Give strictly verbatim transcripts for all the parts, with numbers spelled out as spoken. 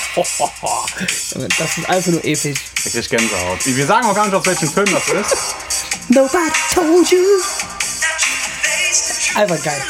Das ist einfach nur episch. Ich krieg Gänsehaut. Wir sagen auch gar nicht, auf welchen Film das ist. Nobody told you. Einfach geil.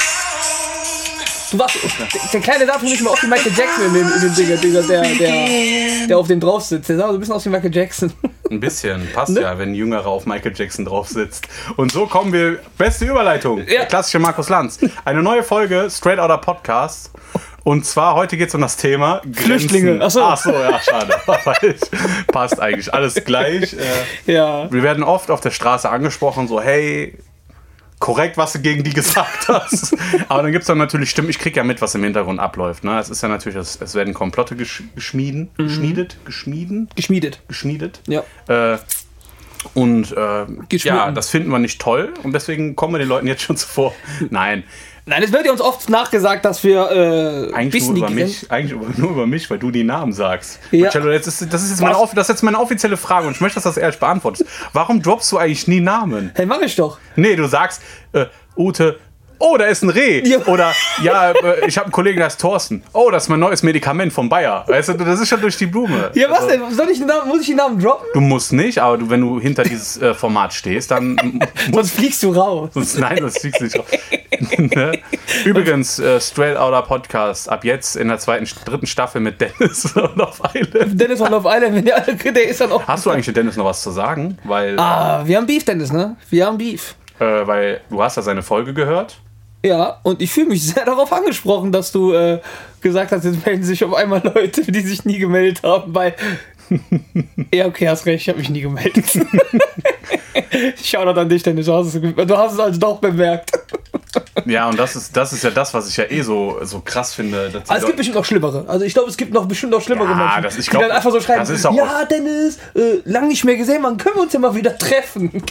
Du warst, der Kleine sah für mich immer aus wie Michael Jackson in dem, in dem Ding, Ding der, der, der auf dem drauf sitzt. Der sah so ein bisschen aus wie Michael Jackson. Ein bisschen, passt ne? Ja, wenn ein Jüngerer auf Michael Jackson drauf sitzt. Und so kommen wir, beste Überleitung, ja. Der klassische Markus Lanz. Eine neue Folge Straight Outta Podcast. Und zwar, heute geht es um das Thema Grenzen. Flüchtlinge. Achso. Ach so, ja, schade. Passt eigentlich, alles gleich. Äh, ja. Wir werden oft auf der Straße angesprochen, so, hey, korrekt, was du gegen die gesagt hast. Aber dann gibt es dann natürlich Stimmen, ich kriege ja mit, was im Hintergrund abläuft. Ne? Es ist ja natürlich, es, es werden Komplotte gesch- geschmieden, mhm. geschmiedet, geschmieden? Geschmiedet. Geschmiedet. Ja. Äh, und äh, ja, das finden wir nicht toll und deswegen kommen wir den Leuten jetzt schon zuvor. Nein. Nein, es wird ja uns oft nachgesagt, dass wir äh, eigentlich nur über mich, eigentlich nur über mich, weil du die Namen sagst. Ja. Marcello, jetzt ist, das, ist jetzt meine, das ist jetzt meine offizielle Frage und ich möchte, dass das ehrlich beantwortest. Warum droppst du eigentlich nie Namen? Hey, mach ich doch. Nee, du sagst, äh, Ute, oh, da ist ein Reh. Ja. Oder, ja, äh, ich habe einen Kollegen, der heißt Thorsten. Oh, das ist mein neues Medikament von Bayer. Weißt du, das ist schon durch die Blume. Ja, was also, denn? Soll ich den Namen, muss ich den Namen droppen? Du musst nicht, aber du, wenn du hinter dieses äh, Format stehst, dann... Sonst fliegst du raus. Sonst, nein, sonst fliegst du nicht raus. Ne? Übrigens, äh, Straight Outta Podcast, ab jetzt in der zweiten, dritten Staffel mit Dennis on Love Island. Dennis on Love Island, wenn der, der ist dann auch... Hast du eigentlich mit Dennis noch was zu sagen? Weil, ah, wir haben Beef, Dennis, ne? Wir haben Beef. Äh, weil du hast ja seine Folge gehört. Ja, und ich fühle mich sehr darauf angesprochen, dass du äh, gesagt hast, jetzt melden sich auf einmal Leute, die sich nie gemeldet haben, weil... Ja, okay, hast recht, ich habe mich nie gemeldet. Shoutout an dich, Dennis, du hast es, du hast es also doch bemerkt. Ja, und das ist, das ist ja das, was ich ja eh so, so krass finde. Dass also es gibt bestimmt noch Schlimmere. Also ich glaube, es gibt noch bestimmt noch schlimmere ja, Menschen, das, ich glaub, die dann einfach so schreiben, das ist auch ja, Dennis, äh, lang nicht mehr gesehen, man, können wir uns ja mal wieder treffen.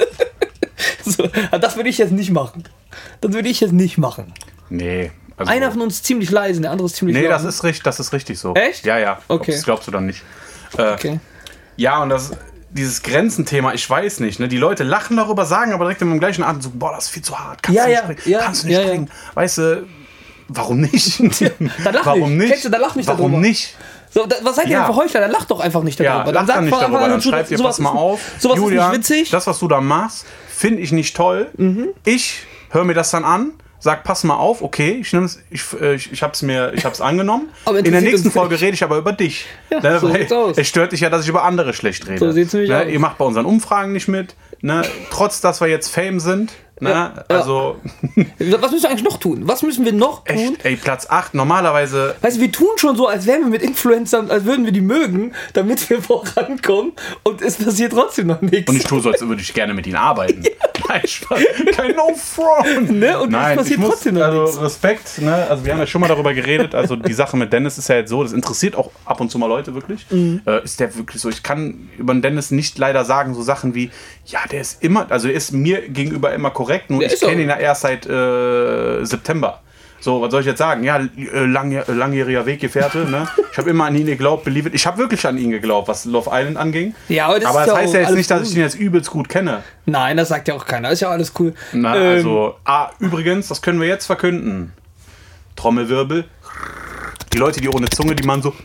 So, das würde ich jetzt nicht machen. Das würde ich jetzt nicht machen. Nee. Also einer von uns ist ziemlich leise, der andere ist ziemlich nee, laut. Nee, das ist, richtig, das ist richtig so. Echt? Ja, ja. Okay. Das glaubst du dann nicht. Äh, okay. Ja, und das, dieses Grenzenthema, ich weiß nicht. Ne? Die Leute lachen darüber, sagen aber direkt im gleichen Atem so, boah, das ist viel zu hart. Kannst ja, du nicht ja, bringen. ja, Kannst du nicht ja, bringen. Ja. Weißt du, warum nicht? Ja, dann lach warum nicht. nicht? Kennst du, dann lach nicht warum darüber. nicht? So, da, was seid ihr ja. denn für Heuchler? Dann lacht doch einfach nicht darüber. Ja, dann lacht sagt dann nicht darüber, dann schreibt ihr, pass mal auf, sowas Julian, ist nicht witzig. Das, was du da machst, finde ich nicht toll. Mhm. Ich höre mir das dann an, sag, pass mal auf, okay, ich, ich, ich, ich habe es mir, ich hab's angenommen. In der nächsten Folge rede ich aber über dich. Ja, ne? so sieht's aus. Es stört dich ja, dass ich über andere schlecht rede. So sieht's nämlich ne? aus. Ihr macht bei unseren Umfragen nicht mit. Ne? Trotz, dass wir jetzt Fame sind. Ne? Ja, also. Ja. Was müssen wir eigentlich noch tun? Was müssen wir noch tun? Echt, ey, Platz acht, normalerweise. Weißt du, wir tun schon so, als wären wir mit Influencern, als würden wir die mögen, damit wir vorankommen und es passiert trotzdem noch nichts. Und ich tue so, als würde ich gerne mit ihnen arbeiten. Nein, kein No-Front. Ne? Und Nein, es passiert ich muss, trotzdem noch also nichts. Respekt, ne? Also wir haben ja schon mal darüber geredet, also die Sache mit Dennis ist ja jetzt so, das interessiert auch ab und zu mal Leute wirklich. Mhm. Äh, ist der wirklich so, ich kann über den Dennis nicht leider sagen, so Sachen wie, ja, der ist immer, also er ist mir gegenüber immer korrekt, nur der ich kenne ihn ja erst seit äh, September. So, was soll ich jetzt sagen? Ja, lang, langjähriger Weggefährte, ne? Ich habe immer an ihn geglaubt, believe it. Ich habe wirklich an ihn geglaubt, was Love Island anging. Ja, aber das, aber ist das ja heißt ja jetzt nicht, dass cool. ich ihn jetzt übelst gut kenne. Nein, das sagt ja auch keiner. Ist ja alles cool. Na, ähm, also, ah, übrigens, das können wir jetzt verkünden. Trommelwirbel. Die Leute, die ohne Zunge, die machen so.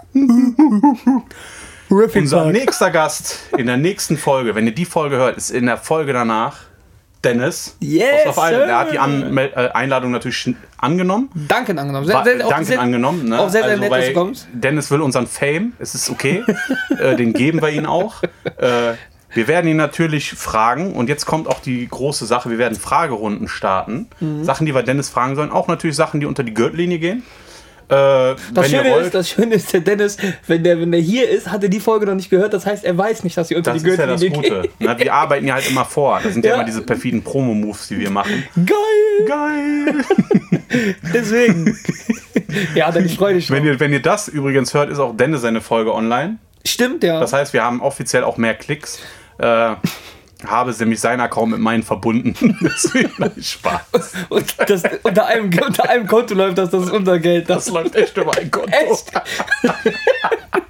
Unser nächster Gast in der nächsten Folge, wenn ihr die Folge hört, ist in der Folge danach Dennis. Yes, aus Love Island. Er hat die An äh, Einladung natürlich angenommen. Danke angenommen. Sehr, sehr, Danke sehr, angenommen. Ne? Auch sehr, sehr also, nett, dass du kommst. Dennis will unseren Fame. Es ist okay. äh, den geben wir ihm auch. Äh, wir werden ihn natürlich fragen. Und jetzt kommt auch die große Sache. Wir werden Fragerunden starten. Mhm. Sachen, die wir Dennis fragen sollen. Auch natürlich Sachen, die unter die Gürtellinie gehen. Äh, das, Schöne ist, das Schöne ist, der Dennis, wenn der, wenn der hier ist, hat er die Folge noch nicht gehört. Das heißt, er weiß nicht, dass sie unter das die Gürtellinie geht. Das ist ja das Gute. Na, wir arbeiten ja halt immer vor. Das sind ja, ja immer diese perfiden Promo-Moves, die wir machen. Geil! Geil! Deswegen. Ja, dann freue ich mich. Wenn ihr, wenn ihr das übrigens hört, ist auch Dennis seine Folge online. Stimmt, ja. Das heißt, wir haben offiziell auch mehr Klicks. Äh, habe nämlich seinen Account mit meinen verbunden. Deswegen Spaß. Und das, unter, einem, unter einem Konto läuft das, das ist unser Geld. Das, das läuft echt über ein Konto. Echt?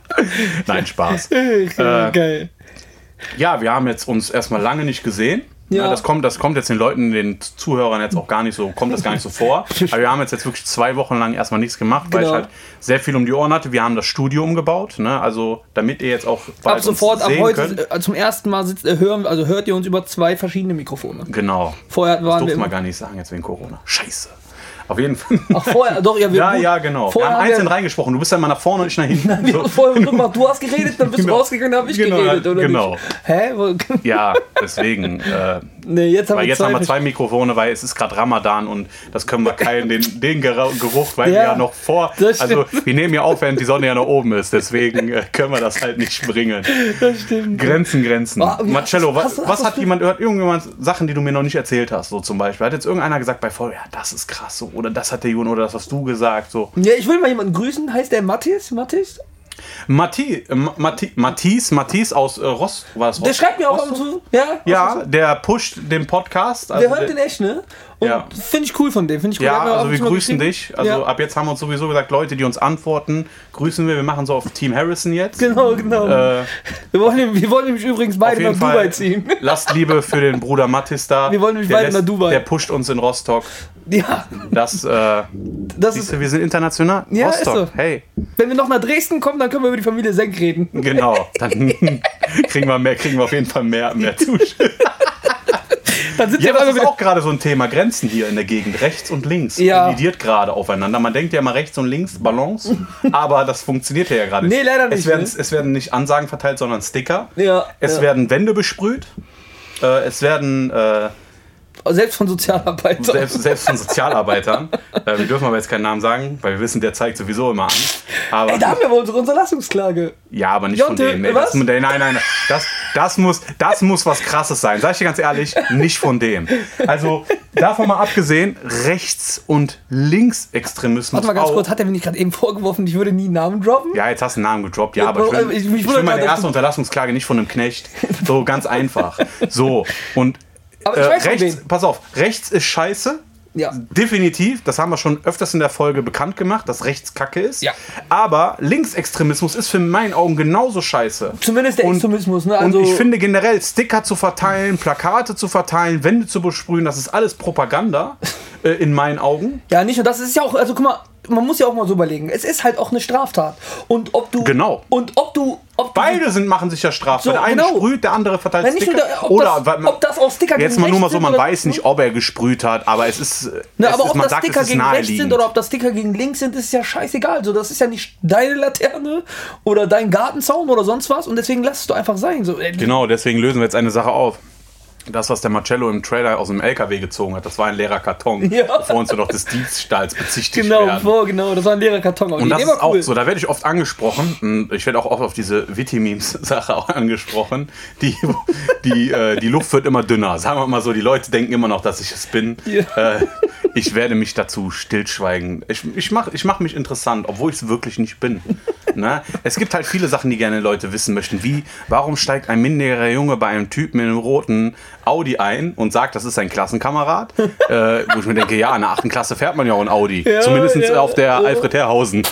Nein, Spaß. Äh, Geil. Ja, wir haben jetzt uns erstmal lange nicht gesehen. Ja. Ja, das kommt, das kommt jetzt den Leuten, den Zuhörern jetzt auch gar nicht so, kommt das gar nicht so vor. Aber wir haben jetzt, jetzt wirklich zwei Wochen lang erstmal nichts gemacht, weil Genau. ich halt sehr viel um die Ohren hatte. Wir haben das Studio umgebaut, ne? Also damit ihr jetzt auch Ab uns sofort, ab sehen heute könnt. äh, zum ersten Mal sitzt, äh, hören, also hört ihr uns über zwei verschiedene Mikrofone. Genau. Vorher Das waren wir durfte man immer, gar nicht sagen jetzt wegen Corona. Scheiße. Auf jeden Fall. ach, vorher, doch, ja, wir, Ja, gut, ja, genau. Vorher wir haben haben einzeln wir- reingesprochen. Du bist ja immer nach vorne und ich nach hinten. Wir So. haben vorher gemacht, du hast geredet, dann bist Genau. du rausgegangen, dann hab ich Genau, geredet, oder genau. nicht? Hä? Wo- Ja, deswegen. Äh, Nee, jetzt haben weil wir jetzt zwei, haben wir zwei Mikrofone, weil es ist gerade Ramadan und das können wir keinen, den, den Gera- Geruch, weil Ja, wir ja noch vor, das also stimmt. wir nehmen ja auf, während die Sonne ja noch oben ist, deswegen äh, können wir das halt nicht bringen. Das stimmt. Grenzen, Grenzen. Ah, wie- Marcello, was, hast du- hast was du- hat jemand, hört irgendjemand Sachen, die du mir noch nicht erzählt hast, so zum Beispiel? Hat jetzt irgendeiner gesagt bei voll, ja, das ist krass, so, oder das hat der Jun, oder das hast du gesagt, so. Ja, ich will mal jemanden grüßen, heißt der Matthias? Matthias? Matti, äh, Matti, Matthias, Matthias aus äh, Rost, war das Rost? Der schreibt mir auch ab und Rostock? zu. Ja, Ja, der pusht den Podcast. Also der hört den echt, ne? Und Ja. finde ich cool von dem. Finde ich cool. Der Ja, hat mir auch also wir schon mal grüßen geschrieben. dich. Also Ja. ab jetzt haben wir uns sowieso gesagt, Leute, die uns antworten, grüßen wir. Wir machen so auf Team Harrison jetzt. Genau, genau. Äh, wir, wollen, wir wollen nämlich übrigens auf beide nach jeden Dubai Fall ziehen. lasst Liebe für den Bruder Mattis da. Wir wollen nämlich Der beide nach Dubai. Der pusht uns in Rostock. Ja, Das, äh, das siehst ist, du, wir sind international. Ja, Rostock, ist so. hey. wenn wir noch nach Dresden kommen, dann können wir über die Familie Senk reden. Genau. Dann kriegen wir mehr, kriegen wir auf jeden Fall mehr, mehr Zuschauer. Dann sind Ja, wir das aber ist wieder. auch gerade so ein Thema. Grenzen hier in der Gegend. Rechts und links. Ja. Kollidiert gerade aufeinander. Man denkt ja immer rechts und links, Balance. Aber das funktioniert ja gerade nicht. Nee, leider nicht, Es werden, ne? es werden nicht Ansagen verteilt, sondern Sticker. Ja, Es ja. werden Wände besprüht. Äh, es werden äh, Selbst von Sozialarbeitern. selbst, selbst von Sozialarbeitern. äh, wir dürfen aber jetzt keinen Namen sagen, weil wir wissen, der zeigt sowieso immer an. Aber, Ey, da haben wir aber unsere Unterlassungsklage. ja, aber nicht Jonte, von denen. Ey, was? das, nein, nein, nein. Das, das, muss, das muss was Krasses sein. Sag ich dir ganz ehrlich, nicht von dem. Also, davon mal abgesehen, Rechts- und Linksextremismus. Warte mal ganz auch. kurz, hat er mir nicht gerade eben vorgeworfen, ich würde nie einen Namen droppen? Ja, jetzt hast du einen Namen gedroppt. Ja, Ja, aber ich will, ich- ich, mich will wundert meine gerade, dass erste du- Unterlassungsklage nicht von einem Knecht. So, ganz einfach. So, und Aber äh, ich weiß von rechts, wem. pass auf, rechts ist scheiße. Ja. Definitiv, das haben wir schon öfters in der Folge bekannt gemacht, dass rechts Kacke ist. Ja. Aber Linksextremismus ist für meinen Augen genauso scheiße. Zumindest der Und- Extremismus, ne? Also, Und ich finde generell Sticker zu verteilen, Plakate zu verteilen, Wände zu besprühen, das ist alles Propaganda äh, in meinen Augen. ja, nicht nur das, es ist ja auch, also guck mal, man muss ja auch mal so überlegen, es ist halt auch eine Straftat. Und ob du. Genau. Und ob du. Ob du Beide sind, machen sich ja strafbar. So, der eine genau. sprüht, der andere verteilt Wenn nicht Sticker. nur der- ob Oder das- weil- ob das auch Sticker jetzt gegen mal nur mal rechts so, man sind oder- weiß nicht, ob er gesprüht hat, aber es ist, Ne, es aber ist ob man das sagt, Sticker es ist gegen rechts naheliegend. sind oder ob das Sticker gegen links sind, ist ja scheißegal. So, das ist ja nicht deine Laterne oder dein Gartenzaun oder sonst was und deswegen lass es doch einfach sein. So, äh, Genau, deswegen lösen wir jetzt eine Sache auf. Das, was der Marcello im Trailer aus dem L K W gezogen hat, das war ein leerer Karton, Ja. bevor uns wir doch des Diebstahls bezichtigt genau, werden. vor, genau, das war ein leerer Karton. Aber Und die das Idee ist war cool. auch so, da werde ich oft angesprochen. Ich werde auch oft auf diese Witty-Memes-Sache auch angesprochen. Die, die, äh, die Luft wird immer dünner. Sagen wir mal so, die Leute denken immer noch, dass ich es bin. Ja. Äh, ich werde mich dazu stillschweigen. Ich, ich mache ich mach mich interessant, obwohl ich es wirklich nicht bin. Ne? Es gibt halt viele Sachen, die gerne Leute wissen möchten. Wie, warum steigt ein minderjähriger Junge bei einem Typen in einem roten Audi ein und sagt, das ist sein Klassenkamerad? äh, wo ich mir denke, ja, in der achten Klasse fährt man ja auch ein Audi. Ja, Zumindest ja, auf der ja. Alfred Herrhausen.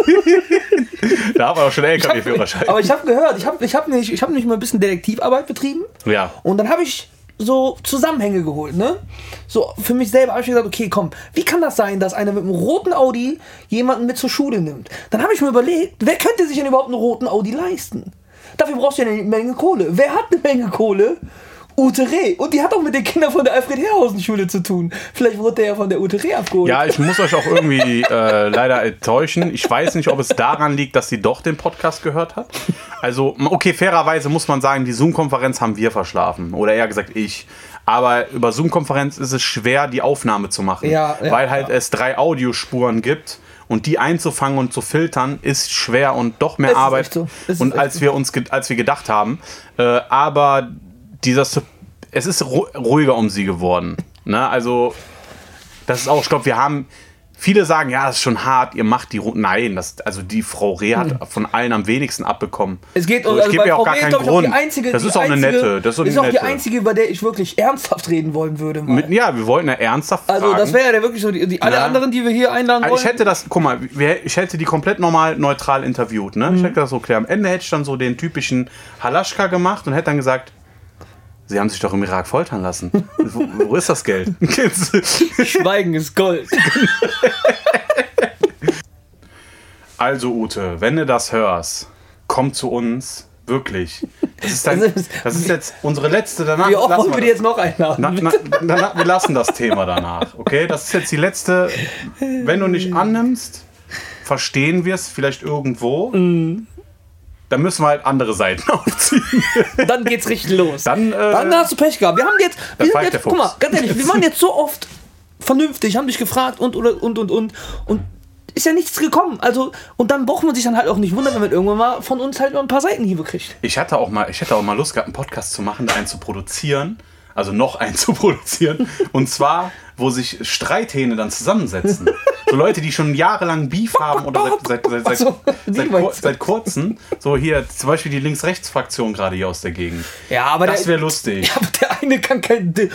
Da haben wir auch schon L K W-Führerschein. Aber ich habe gehört, ich habe ich hab nicht, ich hab nicht mal ein bisschen Detektivarbeit betrieben. Ja. Und dann habe ich so Zusammenhänge geholt, ne? So für mich selber habe ich gesagt, okay, komm, wie kann das sein, dass einer mit einem roten Audi jemanden mit zur Schule nimmt? Dann habe ich mir überlegt, wer könnte sich denn überhaupt einen roten Audi leisten? Dafür brauchst du ja eine Menge Kohle. Wer hat eine Menge Kohle? Ute Reh. Und die hat auch mit den Kindern von der Alfred-Herrhausen-Schule zu tun. Vielleicht wurde der ja von der Ute Reh abgeholt. Ja, ich muss euch auch irgendwie äh, leider enttäuschen. Ich weiß nicht, ob es daran liegt, dass sie doch den Podcast gehört hat. Also, okay, fairerweise muss man sagen, die Zoom-Konferenz haben wir verschlafen. Oder eher gesagt, ich. Aber über Zoom-Konferenz ist es schwer, die Aufnahme zu machen. Ja, ja, weil halt ja. es drei Audiospuren gibt. Und die einzufangen und zu filtern, ist schwer und doch mehr Es ist Arbeit. echt so. Es ist Und echt als so. wir uns ge- als wir gedacht haben. Äh, aber dieser Sup- es ist ru- ruhiger um sie geworden. Ne? Also, das ist auch, ich glaube, wir haben. Viele sagen, ja, das ist schon hart, ihr macht die Ru- Nein, das, also die Frau Reh hat von allen am wenigsten abbekommen. Es geht so, um, ich also gebe bei ja auch Frau gar Reh ist, keinen glaub ich, auch Grund. die einzige, das die ist auch eine einzige, nette. Das ist auch, ist eine auch die nette. einzige, über der ich wirklich ernsthaft reden wollen würde. Mal. Mit, ja, wir wollten ja ernsthaft Also fragen. das wäre ja wirklich so, die, die alle Ja. anderen, die wir hier einladen wollen. Ich hätte das, guck mal, wir- ich hätte die komplett normal neutral interviewt. Ne? Mhm. Ich hätte das so klar. Am Ende hätte ich dann so den typischen Halaschka gemacht und hätte dann gesagt, Sie haben sich doch im Irak foltern lassen. wo, wo ist das Geld? Schweigen ist Gold. Also Ute, wenn du das hörst, komm zu uns. Wirklich. Das ist, dein, das ist jetzt unsere letzte. Danach Wie oft wollen wir die jetzt noch einladen? Na, na, danach, wir lassen das Thema danach, okay? Das ist jetzt die letzte. Wenn du nicht annimmst, verstehen wir es vielleicht irgendwo. Mm. Dann müssen wir halt andere Seiten aufziehen. Dann geht's richtig los. Dann, äh, Dann hast du Pech gehabt. Wir haben jetzt, wir sind jetzt guck mal, ganz ehrlich, wir waren jetzt so oft vernünftig, haben dich gefragt und und und und und und ist ja nichts gekommen. Also, und dann braucht man sich dann halt auch nicht wundern, wenn man irgendwann mal von uns halt noch ein paar Seitenhiebe kriegt. Ich hatte auch mal, ich hätte auch mal Lust gehabt, einen Podcast zu machen, einen zu produzieren. Also noch einen zu produzieren. Und zwar, wo sich Streithähne dann zusammensetzen. So Leute, die schon jahrelang Beef haben oder seit, seit, seit, so, seit, seit, seit kurzem. So hier, zum Beispiel die Links-Rechts-Fraktion gerade hier aus der Gegend. Ja, aber das wäre lustig. Ja, aber der eine kann kein... Der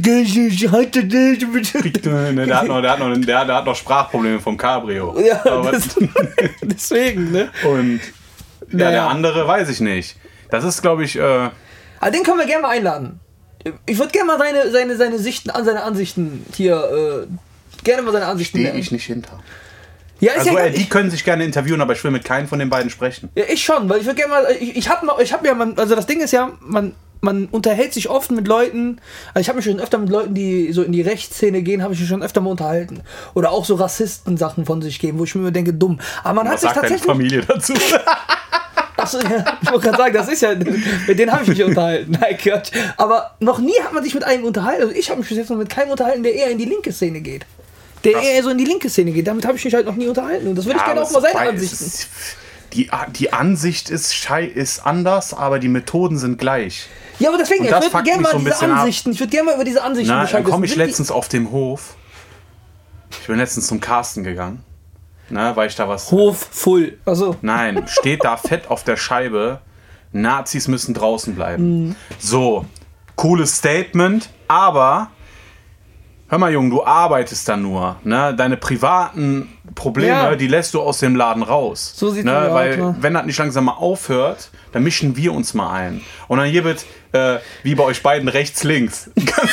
hat noch, der hat noch, der, der hat noch Sprachprobleme vom Cabrio. Ja, das, deswegen, ne? Und ja, naja. Der andere weiß ich nicht. Das ist, glaube ich... Äh, aber den können wir gerne mal einladen. Ich würde gerne mal seine, seine, seine, Sichten, seine Ansichten hier, äh, gerne mal seine Ansichten Stehe ich nicht hinter. Ja, ist also ja äh, die können sich gerne interviewen, aber ich will mit keinem von den beiden sprechen. Ja, ich schon, weil ich würde gerne mal, ich, ich habe ich hab ja, man, also das Ding ist ja, man, man unterhält sich oft mit Leuten, also ich habe mich schon öfter mit Leuten, die so in die Rechtsszene gehen, habe ich mich schon öfter mal unterhalten. Oder auch so Rassisten-Sachen von sich geben, wo ich mir immer denke, dumm. Aber man Was hat sich sagt tatsächlich... deine Familie dazu? Achso, ja, ich wollte gerade sagen, das ist ja, mit denen habe ich mich unterhalten. Nein, Quatsch. Aber noch nie hat man sich mit einem unterhalten. Also ich habe mich bis jetzt noch mit keinem unterhalten, der eher in die linke Szene geht. Der Was? eher so in die linke Szene geht. Damit habe ich mich halt noch nie unterhalten. Und das würde ich ja, gerne auch mal seine Ansichten. Ist, die, die Ansicht ist, schei ist anders, aber die Methoden sind gleich. Ja, aber deswegen, ich würde gerne mal so diese Ansichten, ab. ich würde gerne mal über diese Ansichten Na, dann komme ich letztens auf dem Hof. Ich bin letztens zum Carsten gegangen. Ne, weil ich da was... Hof voll. Achso. Nein, steht da fett auf der Scheibe, Nazis müssen draußen bleiben. Mhm. So, cooles Statement, aber hör mal, Junge, du arbeitest da nur. Ne? Deine privaten Probleme, ja. die lässt du aus dem Laden raus. So sieht ne? das aus. Weil, ne? wenn das nicht langsam mal aufhört, dann mischen wir uns mal ein. Und dann hier wird, äh, wie bei euch beiden, rechts, links.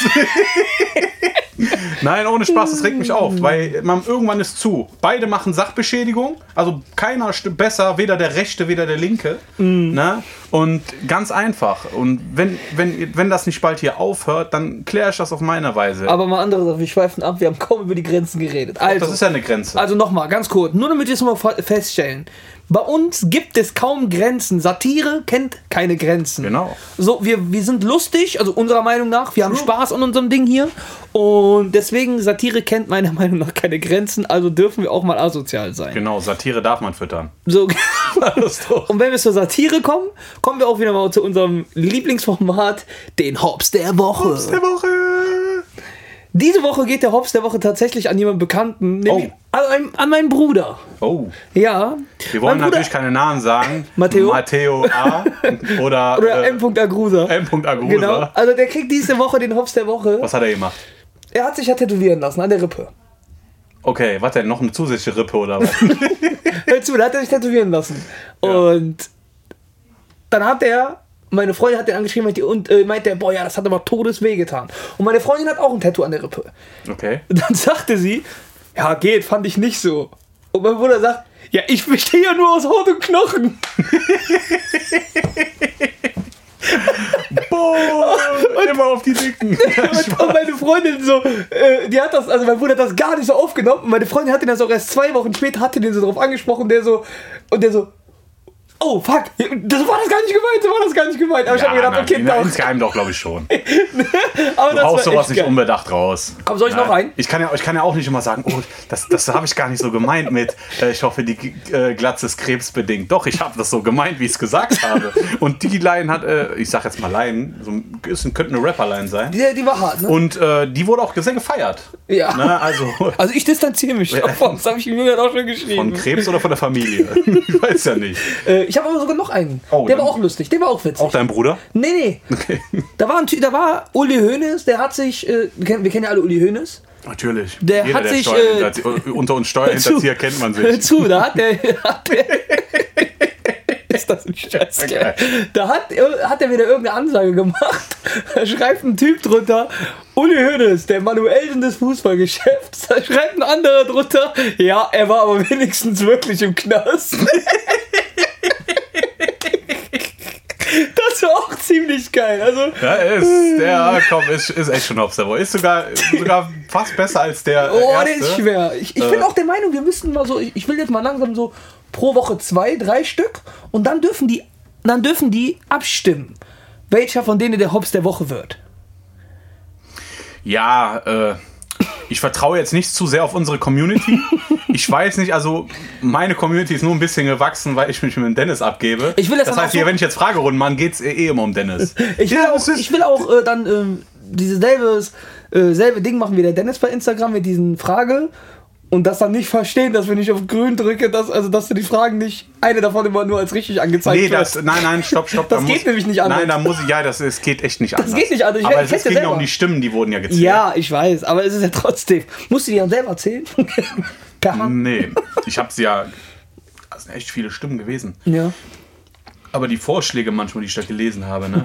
Nein, ohne Spaß, das regt mich auf, weil man irgendwann ist zu. Beide machen Sachbeschädigung, also keiner besser, weder der Rechte, weder der Linke. Mm. Ne? Und ganz einfach. Und wenn, wenn, wenn das nicht bald hier aufhört, dann kläre ich das auf meine Weise. Aber mal andere Sachen, wir schweifen ab, wir haben kaum über die Grenzen geredet. Also, das ist ja eine Grenze. Also nochmal, ganz kurz, nur damit wir es mal feststellen. Bei uns gibt es kaum Grenzen. Satire kennt keine Grenzen. Genau. So, wir, wir sind lustig, also unserer Meinung nach. Wir haben Spaß an unserem Ding hier. Und deswegen, Satire kennt meiner Meinung nach keine Grenzen. Also dürfen wir auch mal asozial sein. Genau, Satire darf man füttern. So, und wenn wir zur Satire kommen, kommen wir auch wieder mal zu unserem Lieblingsformat, den Hops der Woche. Hops der Woche. Diese Woche geht der Hops der Woche tatsächlich an jemanden Bekannten, nämlich oh. an, an meinen Bruder. Oh. Ja. Wir wollen natürlich keine Namen sagen. Matteo. Matteo A. Oder, oder äh, M. Agrusa. M. Agrusa. Genau. Also der kriegt diese Woche den Hops der Woche. Was hat er gemacht? Er hat sich ja tätowieren lassen an der Rippe. Okay, was denn? Noch eine zusätzliche Rippe oder was? Hör zu, da hat er sich tätowieren lassen. Ja. Und dann hat er... Meine Freundin hat den angeschrieben und äh, meinte, boah, ja, das hat aber todesweh getan. Und meine Freundin hat auch ein Tattoo an der Rippe. Okay. Und dann sagte sie, ja, geht, fand ich nicht so. Und mein Bruder sagt, ja, ich bestehe ja nur aus Haut und Knochen. Boah, und, immer auf die Dicken. Und, und meine Freundin so, äh, die hat das, also mein Bruder hat das gar nicht so aufgenommen. Und meine Freundin hat ihn das auch erst zwei Wochen später, hat den so drauf angesprochen, der so, und der so, oh, fuck, das war das gar nicht gemeint, so war das gar nicht gemeint. Aber ja, ich hab mir gedacht, okay, nein, insgeheim doch, glaube ich schon. Aber du haust sowas nicht geil. Unbedacht raus. Komm, soll ich ja, noch rein? Ich kann, ja, ich kann ja auch nicht immer sagen, oh, das, das habe ich gar nicht so gemeint mit, äh, ich hoffe, die äh, Glatze ist krebsbedingt. Doch, ich habe das so gemeint, wie ich es gesagt habe. Und die Line hat, äh, ich sag jetzt mal Line, so, ist, könnte eine Rapper-Line sein. Die, die war hart, ne? Und äh, die wurde auch sehr gefeiert. Ja. Ne, also, also ich distanziere mich davon, das habe ich mir auch schon geschrieben. Von Krebs oder von der Familie? Ich weiß ja nicht. Äh, ich habe aber sogar noch einen. Oh, der war auch lustig, der war auch witzig. Auch dein Bruder? Nee, nee. Okay. Da war, ein, da war Uli Hoeneß, der hat sich, äh, wir, kennen, wir kennen ja alle Uli Hoeneß. Natürlich. Der Jeder, hat der sich... Äh, unter uns Steuerhinterzieher kennt man sich. Hör zu, da hat der... Hat der ist das ist scheiße. Okay. Da hat, hat er wieder irgendeine Ansage gemacht. Da schreibt ein Typ drunter, Uli Hoeneß, der Manuelsen des Fußballgeschäfts. Da schreibt ein anderer drunter, ja, er war aber wenigstens wirklich im Knast. Das war auch ziemlich geil. Also, ja, ist, der, komm, ist, ist echt schon Observer. Ist sogar, sogar fast besser als der Oh, erste. der ist schwer. Ich, ich äh. bin auch der Meinung, wir müssten mal so, ich, ich will jetzt mal langsam so pro Woche zwei, drei Stück und dann dürfen die, dann dürfen die abstimmen, welcher von denen der Hops der Woche wird. Ja, äh, ich vertraue jetzt nicht zu sehr auf unsere Community. Ich weiß nicht, also meine Community ist nur ein bisschen gewachsen, weil ich mich mit dem Dennis abgebe. Ich will das das heißt, hier, so wenn ich jetzt Fragerunden mache, geht es eh immer um Dennis. Ich will ja, auch, ich will auch äh, dann äh, dieses selbe, äh, selbe Ding machen wie der Dennis bei Instagram mit diesen Frage und das dann nicht verstehen, dass wenn ich auf grün drücke, dass, also, dass du die Fragen nicht, eine davon immer nur als richtig angezeigt nee, das, wird. Nein, nein, stopp, stopp. Das da geht muss, nämlich nicht anders. Nein, da muss ich, ja, das, das geht echt nicht anders. Das geht nicht anders. Ich aber weiß, es ging ja um die Stimmen, die wurden ja gezählt. Ja, ich weiß, aber es ist ja trotzdem. Musst du die dann selber zählen? Per Hand? Nee, ich habe sie ja, das sind echt viele Stimmen gewesen. Ja. Aber die Vorschläge manchmal, die ich da gelesen habe, ne?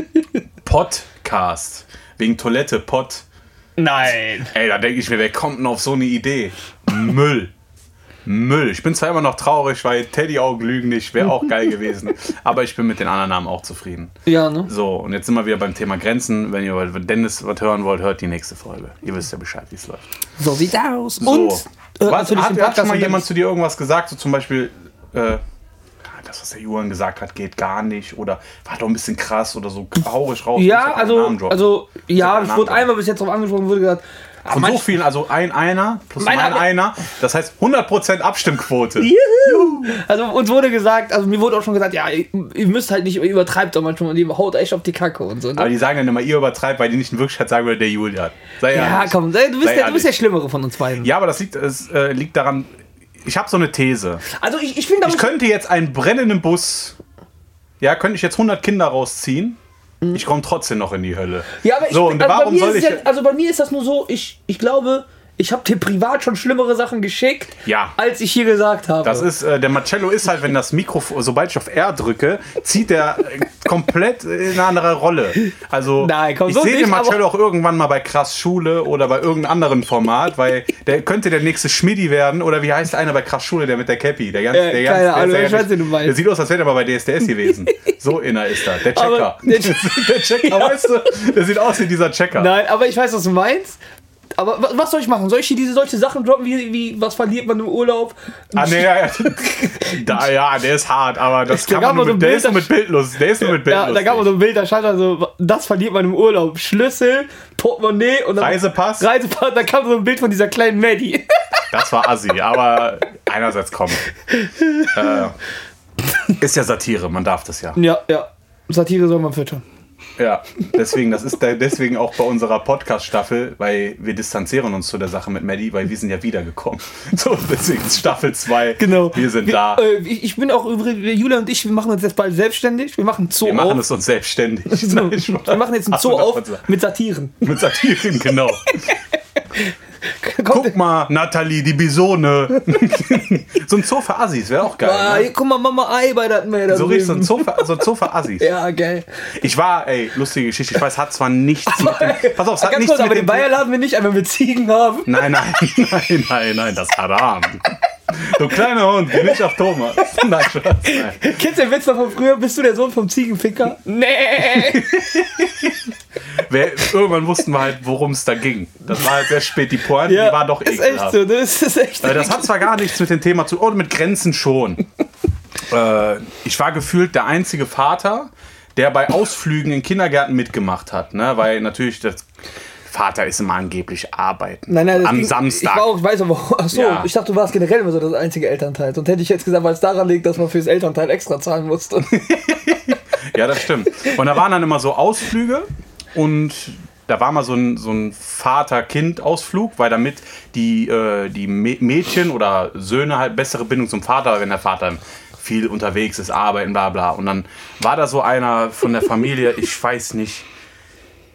Podcast, wegen Toilette, Pod. Nein. Ey, da denke ich mir, wer kommt denn auf so eine Idee? Müll. Müll. Ich bin zwar immer noch traurig, weil Teddy-Augen lügen nicht, wäre auch geil gewesen. Aber ich bin mit den anderen Namen auch zufrieden. Ja, ne? So, und jetzt sind wir wieder beim Thema Grenzen. Wenn ihr über Dennis was hören wollt, hört die nächste Folge. Ihr wisst ja Bescheid, wie es läuft. So sieht's aus. So. Und was, hat, hat schon mal jemand zu dir irgendwas gesagt? So zum Beispiel, äh, das, was der Julian gesagt hat, geht gar nicht. Oder war doch ein bisschen krass oder so traurig raus. Ja, also, also ja, ich wurde einmal bis jetzt drauf angesprochen, wurde gesagt, von so vielen, also ein Einer plus mein Einer, das heißt hundert Prozent Abstimmquote. Juhu. Also uns wurde gesagt, also mir wurde auch schon gesagt, ja, ihr, ihr müsst halt nicht, ihr übertreibt doch manchmal und ihr haut echt auf die Kacke und so. Ne? Aber die sagen dann immer, ihr übertreibt, weil die nicht in Wirklichkeit sagen würde, der Julian. Sei ja, ehrlich. komm, du bist, der, du bist der Schlimmere von uns beiden. Ja, aber das liegt, es, äh, liegt daran, ich habe so eine These. Also ich, ich finde, ich könnte jetzt einen brennenden Bus, ja, könnte ich jetzt hundert Kinder rausziehen. Ich komme trotzdem noch in die Hölle. Ja, aber ich, so, und also warum bei mir soll ich ja, also bei mir ist das nur so, ich, ich glaube, ich habe dir privat schon schlimmere Sachen geschickt, ja, als ich hier gesagt habe. Das ist, äh, der Marcello ist halt, wenn das Mikrofon, sobald ich auf R drücke, zieht der äh, komplett in eine andere Rolle. Also, Nein, komm, ich so sehe den nicht, Marcello auch irgendwann mal bei Krass Schule oder bei irgendeinem anderen Format, weil der könnte der nächste Schmidi werden, oder wie heißt einer bei Krass Schule, der mit der Cappy, der ganz, äh, der keine ganz, Ahnung, der, ich weiß, wie du meinst. Der sieht aus, als wäre er mal bei D S D S gewesen. So inner ist er. Der Checker. Aber der, der Checker, weißt du? Der sieht aus wie dieser Checker. Nein, aber ich weiß, was du meinst. Aber was soll ich machen? Soll ich hier diese solche Sachen droppen, wie, wie was verliert man im Urlaub? Ah, nee, ja, ja. Da, ja, der ist hart, aber das da kann man nur so mit, der Bild, ist nur mit Bildlust. Der ist nur mit Bildlust. Ja, da gab es so ein Bild, da stand also, das verliert man im Urlaub. Schlüssel, Portemonnaie und dann Reisepass. Reisepass, da kam so ein Bild von dieser kleinen Maddie. Das war assi, aber einerseits kommt. Äh, ist ja Satire, man darf das ja. Ja, ja. Satire soll man füttern. Ja, deswegen, das ist deswegen auch bei unserer Podcast-Staffel, weil wir distanzieren uns zu der Sache mit Maddie, weil wir sind ja wiedergekommen. So, deswegen Staffel zwei, genau. Wir sind wir, da. Äh, ich bin auch übrigens, Julia und ich, wir machen uns jetzt bald selbstständig. Wir machen einen Zoo wir auf. Wir machen es uns selbstständig. Nein, wir machen jetzt einen Zoo Ach, auf mit Satiren. Mit Satiren, genau. Guck mal, Nathalie, die Bisone. So ein Zoo für Assis wäre auch geil. Ah, ne? Guck mal, Mama Ei bei der Mädel. So richtig, so ein Zoo für, so ein Zoo für Assis. Ja, geil. Ich war, ey, lustige Geschichte. Ich weiß, hat zwar nichts mit dem. Pass auf, es hat Ganz nichts kurz, mit aber dem. den Bayer laden wir nicht ein, wenn wir Ziegen haben. Nein, nein, nein, nein, nein, das ist Haram. Du kleiner Hund, geh nicht auf Thomas. Nein, Schatz, nein. Kennst du den Witz noch von früher? Bist du der Sohn vom Ziegenficker? Nee. Wer, irgendwann wussten wir halt, worum es da ging. Das war halt sehr spät. Die Pointe, ja, die war doch ekelhaft. Ist echt so, das ist echt Weil das hat zwar gar nichts mit dem Thema zu tun, oder mit Grenzen schon. äh, ich war gefühlt der einzige Vater, der bei Ausflügen in Kindergärten mitgemacht hat. Ne? Weil natürlich das Vater ist immer angeblich arbeiten. Nein, nein, das am ging, Samstag. Ich war auch, ich weiß aber, achso, Ja. ich dachte, du warst generell immer so das einzige Elternteil. Sonst hätte ich jetzt gesagt, weil es daran liegt, dass man fürs Elternteil extra zahlen musste. Ja, das stimmt. Und da waren dann immer so Ausflüge und da war mal so ein, so ein Vater-Kind-Ausflug, weil damit die, äh, die Mädchen oder Söhne halt bessere Bindung zum Vater, wenn der Vater viel unterwegs ist, arbeiten, bla bla. Und dann war da so einer von der Familie, ich weiß nicht,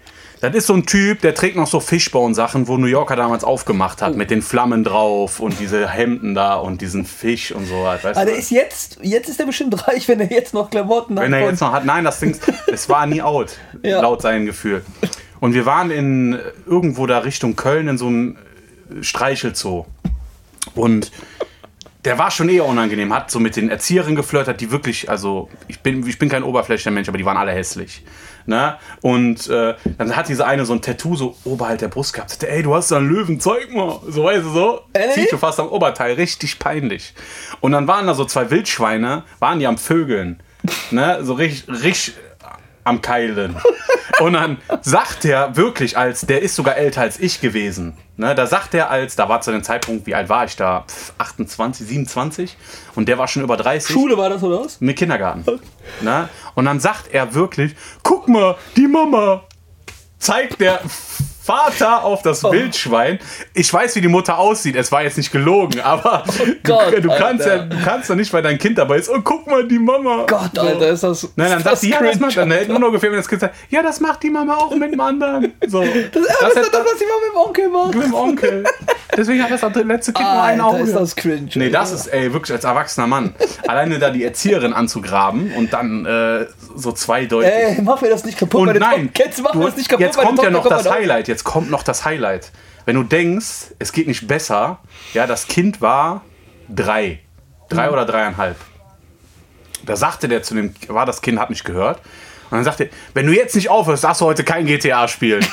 Das ist so ein Typ, der trägt noch so Fishbone-Sachen, wo New Yorker damals aufgemacht hat, oh. mit den Flammen drauf und diese Hemden da und diesen Fisch und so. Weißt also der ist jetzt, jetzt ist er bestimmt reich, wenn er jetzt noch Klamotten hat. Wenn er jetzt noch hat, nein, das Ding, es war nie out, ja. laut seinem Gefühl. Und wir waren in irgendwo da Richtung Köln in so einem Streichelzoo. Und der war schon eher unangenehm, hat so mit den Erzieherinnen geflirtet, die wirklich, also ich bin, ich bin kein oberflächlicher Mensch, aber die waren alle hässlich. Ne? Und äh, dann hat diese eine so ein Tattoo so oberhalb der Brust gehabt. Sagte, ey, du hast da einen Löwen, zeig mal. So, weißt du, so. Ey? Zieht schon fast am Oberteil, richtig peinlich. Und dann waren da so zwei Wildschweine, waren die am Vögeln. Ne? So richtig, richtig am Keilen. Und dann sagt er wirklich, als der ist sogar älter als ich gewesen. Ne, da sagt er als, da war zu dem Zeitpunkt, wie alt war ich da? achtundzwanzig, siebenundzwanzig. Und der war schon über dreißig. Schule war das, oder was? Mit Kindergarten. Ne? Und dann sagt er wirklich, guck mal, die Mama. Zeigt der Vater auf das oh. Wildschwein. Ich weiß, wie die Mutter aussieht. Es war jetzt nicht gelogen, aber oh Gott, du, du kannst ja, du kannst ja nicht, weil dein Kind dabei ist. Oh, guck mal, die Mama. Gott, so. Alter, ist das. Nein, dann sagt sie, ja, das macht. Dann hält nur noch ungefähr, wenn das Kind sagt, ja, das macht die Mama auch mit dem anderen. So. Das, das ist doch das, was die Mama mit dem Onkel macht. Mit dem Onkel. Deswegen hat das letzte Kind ah, nur ein Auge. Alter, ist das cringe. Nee, das ist, ey, wirklich als erwachsener Mann. Alleine da die Erzieherin anzugraben und dann äh, so zweideutig. Ey, mach mir das nicht kaputt. Und nein, jetzt mach mir das nicht kaputt. Jetzt kommt ja noch das Highlight. Jetzt kommt noch das Highlight. Wenn du denkst, es geht nicht besser, ja, das Kind war drei. Drei mhm. oder dreieinhalb. Da sagte der zu dem, war das Kind, hat nicht gehört. Und dann sagte er, wenn du jetzt nicht aufhörst, darfst du heute kein G T A spielen.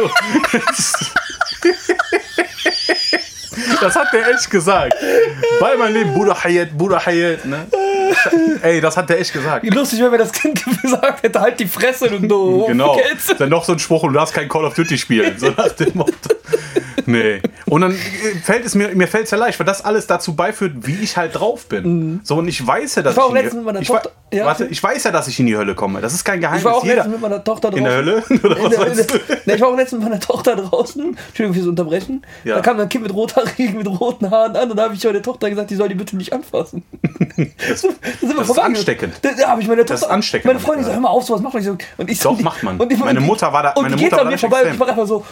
Das hat der echt gesagt. Bei meinem Leben, Buddha Hayat, Buddha Hayat, ne? Ey, das hat der echt gesagt. Wie lustig, wenn mir das Kind gesagt hätte, halt die Fresse, du doof. Genau. Dann noch so ein Spruch, und du darfst kein Call of Duty spielen. So nach dem Motto. Nee. Und dann fällt es mir, mir fällt es ja leicht, weil das alles dazu beiführt, wie ich halt drauf bin. Mhm. So, und ich weiß ja, dass ich, ich, in die, mit meiner ich, Tochter, ja, warte, ich weiß ja, dass ich in die Hölle komme. Das ist kein Geheimnis. Ich war auch Jeder, letztens mit meiner Tochter draußen. In der Hölle? Oder was in der, in der, nee, ich war auch letztens mit meiner Tochter draußen. Entschuldigung fürs Unterbrechen. Ja. Da kam ein Kind mit rothaarigen, mit roten Haaren an und da habe ich meiner Tochter gesagt, die soll die bitte nicht anfassen. Das, das, das ist ansteckend. Da, da habe ich meine Tochter, das ist ansteckend. Meine Freundin sagt, hör mal auf, sowas macht man nicht so. Und ich so, doch, die, macht man. Und ich, meine Mutter war da. Und meine die Mutter geht an mir vorbei und ich mache einfach so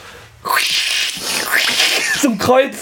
zum Kreuz.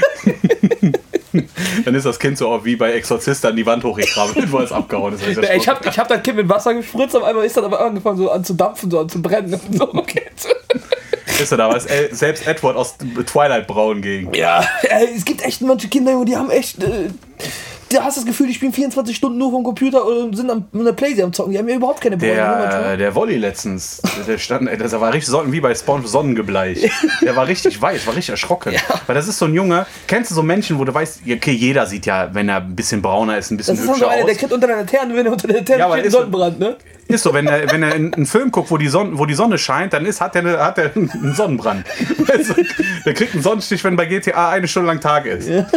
Dann ist das Kind so auch wie bei Exorzist an die Wand hochgekrabbelt, wo es abgehauen ist. Ja, ich habe ich hab das Kind mit Wasser gespritzt, auf einmal ist das aber angefangen so an zu dampfen, so an zu brennen. Und so, okay. Ist er da, was selbst Edward aus Twilight braun gegen. Ja, ey, es gibt echt manche Kinder, die haben echt. Äh, da hast du das Gefühl, die spielen vierundzwanzig Stunden nur vom Computer und sind am der Playsee am Zocken. Die haben ja überhaupt keine Bräune. Der, der Wolli letztens, der stand, das war richtig Sonnen, wie bei Spawn sonnengebleicht. Der war richtig weiß, war richtig erschrocken. Ja. Weil das ist so ein Junge, kennst du so Menschen, wo du weißt, okay, jeder sieht ja, wenn er ein bisschen brauner ist, ein bisschen hübscher aus. Das ist so einer, der kriegt unter der Laterne, wenn er unter der Laterne ja, steht, einen Sonnenbrand, ne? Ist so, wenn er, wenn er in einen Film guckt, wo die Sonne, wo die Sonne scheint, dann ist, hat er eine, hat er einen Sonnenbrand. Also, der kriegt einen Sonnenstich, wenn bei G T A eine Stunde lang Tag ist. Ja.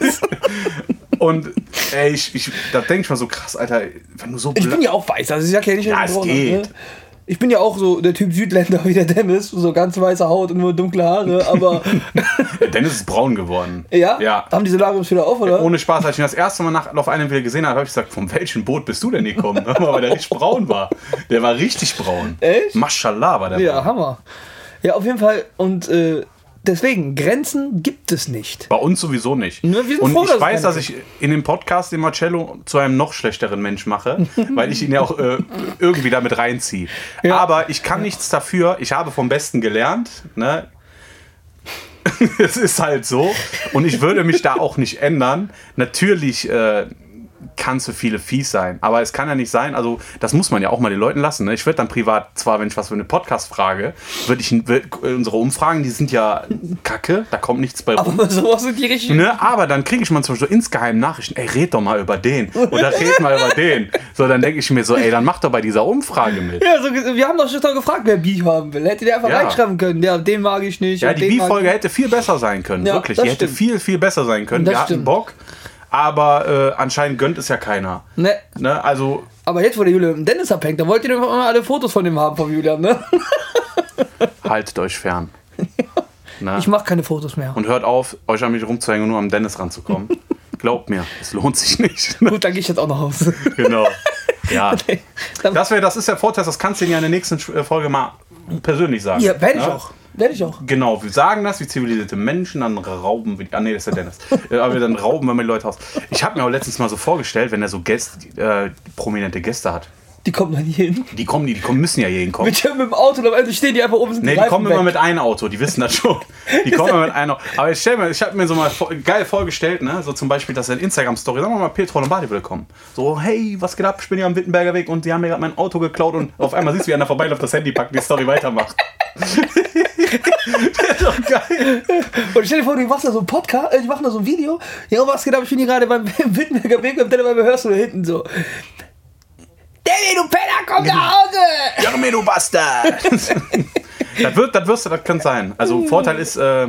Und ey, ich, ich, da denke ich mal so krass, Alter, wenn du so ich bin ja auch weiß, also ich sag ja nicht, ja, es geht. Ne? Ich bin ja auch so der Typ Südländer wie der Dennis, so ganz weiße Haut und nur dunkle Haare, aber Dennis ist braun geworden. Ja? Ja. Haben die Solariums wieder auf, oder? Ohne Spaß, als ich ihn das erste Mal nach, auf einem wieder gesehen habe, habe ich gesagt, von welchem Boot bist du denn gekommen? Weil der richtig braun war. Der war richtig braun. Echt? Maschallah war der Ja, braun. Hammer. Ja, auf jeden Fall und äh, deswegen, Grenzen gibt es nicht. Bei uns sowieso nicht. Wir sind und froh, ich dass weiß, dass ich in dem Podcast den Marcello zu einem noch schlechteren Mensch mache, weil ich ihn ja auch äh, irgendwie damit reinziehe. Ja. Aber ich kann nichts dafür. Ich habe vom Besten gelernt. Ne? Es ist halt so. Und ich würde mich da auch nicht ändern. Natürlich äh, kann es für viele fies sein. Aber es kann ja nicht sein, also das muss man ja auch mal den Leuten lassen. Ne? Ich würde dann privat, zwar wenn ich was für eine Podcast frage, würde ich, würd, unsere Umfragen, die sind ja kacke, da kommt nichts bei rum. Aber sowas sind die richtigen. Ne? Aber dann kriege ich mal zum Beispiel so insgeheim Nachrichten, ey, red doch mal über den. Oder red mal über den. So, dann denke ich mir so, ey, dann mach doch bei dieser Umfrage mit. Ja, so, wir haben doch schon gefragt, wer Beef haben will. Hätte der einfach ja. reinschreiben können, ja, den mag ich nicht. Ja, die Beef-Folge hätte viel besser sein können, ja, wirklich. Die hätte stimmt. viel, viel besser sein können. Das wir stimmt. hatten Bock. Aber äh, anscheinend gönnt es ja keiner. Ne. Ne? Also, aber jetzt, wo der Julian mit Dennis abhängt, da wollt ihr doch mal alle Fotos von dem haben, von Julian, ne? Haltet euch fern. Ne? Ich mache keine Fotos mehr. Und hört auf, euch an mich rumzuhängen und nur am Dennis ranzukommen. Glaubt mir, es lohnt sich nicht. Gut, dann gehe ich jetzt auch nach Hause. Genau. Ja. Das, wär, das ist der Vorteil, das kannst du in der nächsten Folge mal persönlich sagen. Ja, werde ich ja? auch. Werde ich auch. Genau, wir sagen das wie zivilisierte Menschen, dann rauben wir. Ah, nee, das ist der Dennis. Aber dann rauben wir die Leute aus. Ich habe mir auch letztens mal so vorgestellt, wenn er so Gäste, äh, prominente Gäste hat. Die kommen dann hier hin. Die kommen, die, die kommen, müssen ja hier hinkommen. Mit, mit dem Auto, also stehen die einfach oben. Sind Nee, die, die kommen weg. immer mit einem Auto, die wissen das schon. Die kommen immer mit einem Auto. Aber ich stell mir, ich habe mir so mal vor, geil vorgestellt, ne? So zum Beispiel, dass in Instagram-Story, sagen wir mal, Petrol und Badi willkommen. So, hey, was geht ab? Ich bin hier am Wittenberger Weg und die haben mir gerade mein Auto geklaut und auf einmal siehst du, wie einer vorbeiläuft, das Handy packt, die Story weitermacht. Das ist doch geil. Und stell dir vor, die machen da so einen Podcast, äh, die machen da so ein Video. Ja, was geht ab? Ich bin hier gerade beim Wittenberger Weg und dann hörst du da hinten so. Danny, du Penner, komm nach Hause! Jeremy, du Bastard! das, wird, das wirst du, das kann sein. Also Vorteil ist, äh,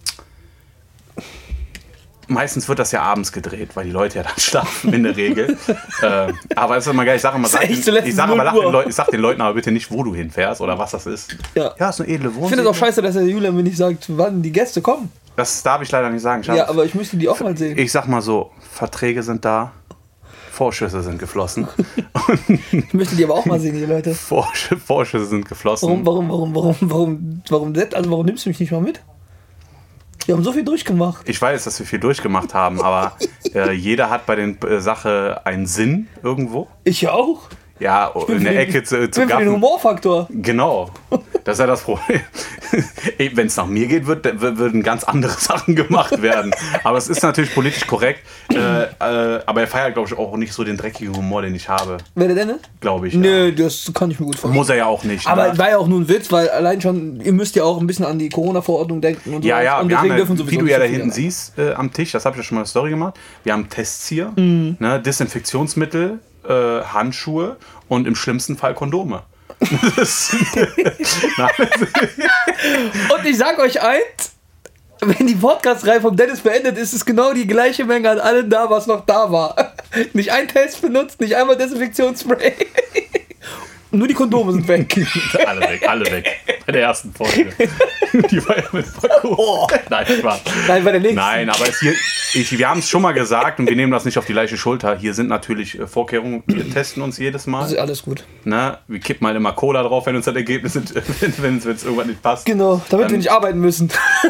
meistens wird das ja abends gedreht, weil die Leute ja dann schlafen in der Regel. äh, aber es ist immer geil, ich sage immer, sag, ich sage aber, den Leuten, ich sag den Leuten aber bitte nicht, wo du hinfährst oder was das ist. Ja, ja ist eine edle Wohnung. Ich finde es auch scheiße, dass der Julian mir nicht sagt, wann die Gäste kommen. Das darf ich leider nicht sagen. Schatz. Ja, aber ich müsste die auch mal sehen. Ich sag mal so, Verträge sind da. Vorschüsse sind geflossen. Ich möchte die aber auch mal sehen, die Leute. Vorsch- Vorschüsse sind geflossen. Warum, warum, warum, warum, warum, warum, also warum nimmst du mich nicht mal mit? Wir haben so viel durchgemacht. Ich weiß, dass wir viel durchgemacht haben, aber äh, jeder hat bei der äh, Sache einen Sinn irgendwo. Ich auch. Ja, in der den, Ecke zu, zu Ich bin für den Humorfaktor. Genau. Das ist ja das Problem. Wenn es nach mir geht, wird, würden ganz andere Sachen gemacht werden. Aber es ist natürlich politisch korrekt. Äh, äh, aber er feiert, glaube ich, auch nicht so den dreckigen Humor, den ich habe. Wer der denn? Glaube ich. Nö, ja. das kann ich mir gut vorstellen. Muss er ja auch nicht. Aber ne? war ja auch nur ein Witz, weil allein schon, ihr müsst ja auch ein bisschen an die Corona-Verordnung denken. Und so Ja, ja, und wir haben, dürfen ja, sowieso wie du nicht ja so da viel hinten rein. siehst äh, am Tisch, das habe ich ja schon mal eine Story gemacht. Wir haben Tests hier, Mhm. ne, Desinfektionsmittel, äh, Handschuhe und im schlimmsten Fall Kondome. Das, Und ich sag euch eins, wenn die Podcast-Reihe vom Dennis beendet ist, ist genau die gleiche Menge an allen da, was noch da war. Nicht ein Test benutzt, nicht einmal Desinfektionsspray. Nur die Kondome sind weg. alle weg, alle weg. Bei der ersten Folge. Die war ja mit Paco. Oh. Nein, Spaß. Nein, bei der nächsten. Nein, aber es hier, ich, wir haben es schon mal gesagt und wir nehmen das nicht auf die leichte Schulter. Hier sind natürlich äh, Vorkehrungen. Wir testen uns jedes Mal. Also alles gut. Ne? Wir kippen halt immer Cola drauf, wenn uns das Ergebnis, wenn es irgendwann nicht passt. Genau, damit Dann, wir nicht arbeiten müssen.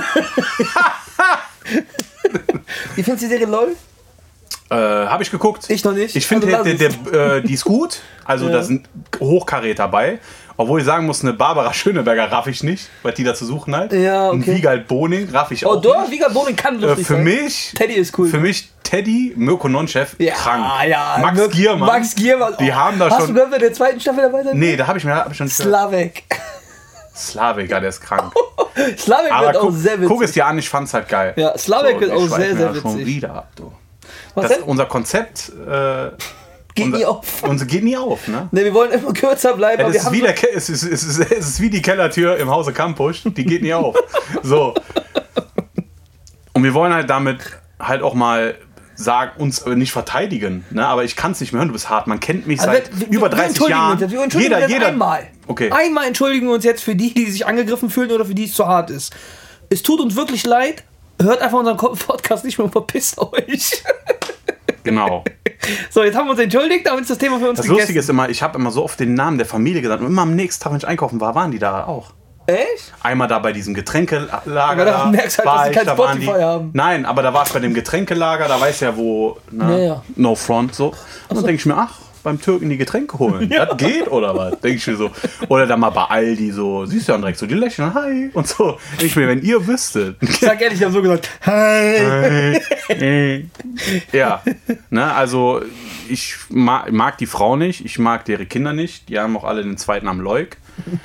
Wie findest du die Serie LOL? Äh, habe ich geguckt. Ich noch nicht. Ich finde, Also der, der, äh, die ist gut. Also Ja. da sind Hochkaräter dabei. Obwohl ich sagen muss, eine Barbara Schöneberger raff ich nicht, weil die da zu suchen halt. Ja, okay. Ein Wiegald Boning raff ich Oh, auch doch, nicht. Wiegald Boning kann Äh, lustig für sein. mich, Teddy ist cool. für mich Teddy, Mirko Nonchef, ja, krank. Ja, Max Mirko- Giermann. Max Giermann. Die haben da Hast schon- du gehört, wer der zweiten Staffel dabei sein Nee, wird? da habe ich mir hab ich schon Slavek. Slavik, ja, der ist krank. Slavek Aber wird auch guck, sehr witzig. guck es dir an, ich fand's halt geil. Ja, Slavek wird wir auch schweifen sehr, sehr ja schon witzig. wieder ab, du. Was Das, denn? unser Konzept äh, Geht unser, nie auf. Unser geht nie auf, ne? Ne, wir wollen immer kürzer bleiben. Ja, aber das wir ist wie haben der Ke- es, ist, es, ist, es ist wie die Kellertür im Hause Kampusch, die geht nie auf. So. Und wir wollen halt damit halt auch mal sagen, uns nicht verteidigen, ne? Aber ich kann es nicht mehr hören, du bist hart. Man kennt mich Also seit wir- über wir dreißig entschuldigen Jahren. Uns jetzt. Wir entschuldigen jeder, uns jetzt jeder. einmal. Okay. Einmal entschuldigen wir uns jetzt für die, die sich angegriffen fühlen oder für die es zu hart ist. Es tut uns wirklich leid. Hört einfach unseren Podcast nicht mehr und verpisst euch. Genau. So, jetzt haben wir uns entschuldigt, damit ist das Thema für uns Das gegessen. Lustige ist immer, ich habe immer so oft den Namen der Familie gesagt und immer am nächsten Tag, wenn ich einkaufen war, waren die da auch. Echt? Einmal da bei diesem Getränkelager. Aber da da merkst du halt, war dass die ich, kein da waren Spotify die, haben. Nein, aber da war es bei dem Getränkelager, da weiß ja wo, ne? Ja, ja. No front, so. Und dann denke ich mir, ach, beim Türken die Getränke holen. Ja. Das geht oder was? Denke ich mir so. Oder dann mal bei Aldi so, siehst du ja direkt so, die lächeln, hi und so. Denk ich mir, wenn ihr wüsstet. Ich sag ehrlich, ich hab so gesagt, hi. Ja, ne, also ich mag, mag die Frau nicht, ich mag ihre Kinder nicht. Die haben auch alle den zweiten Namen Leuk.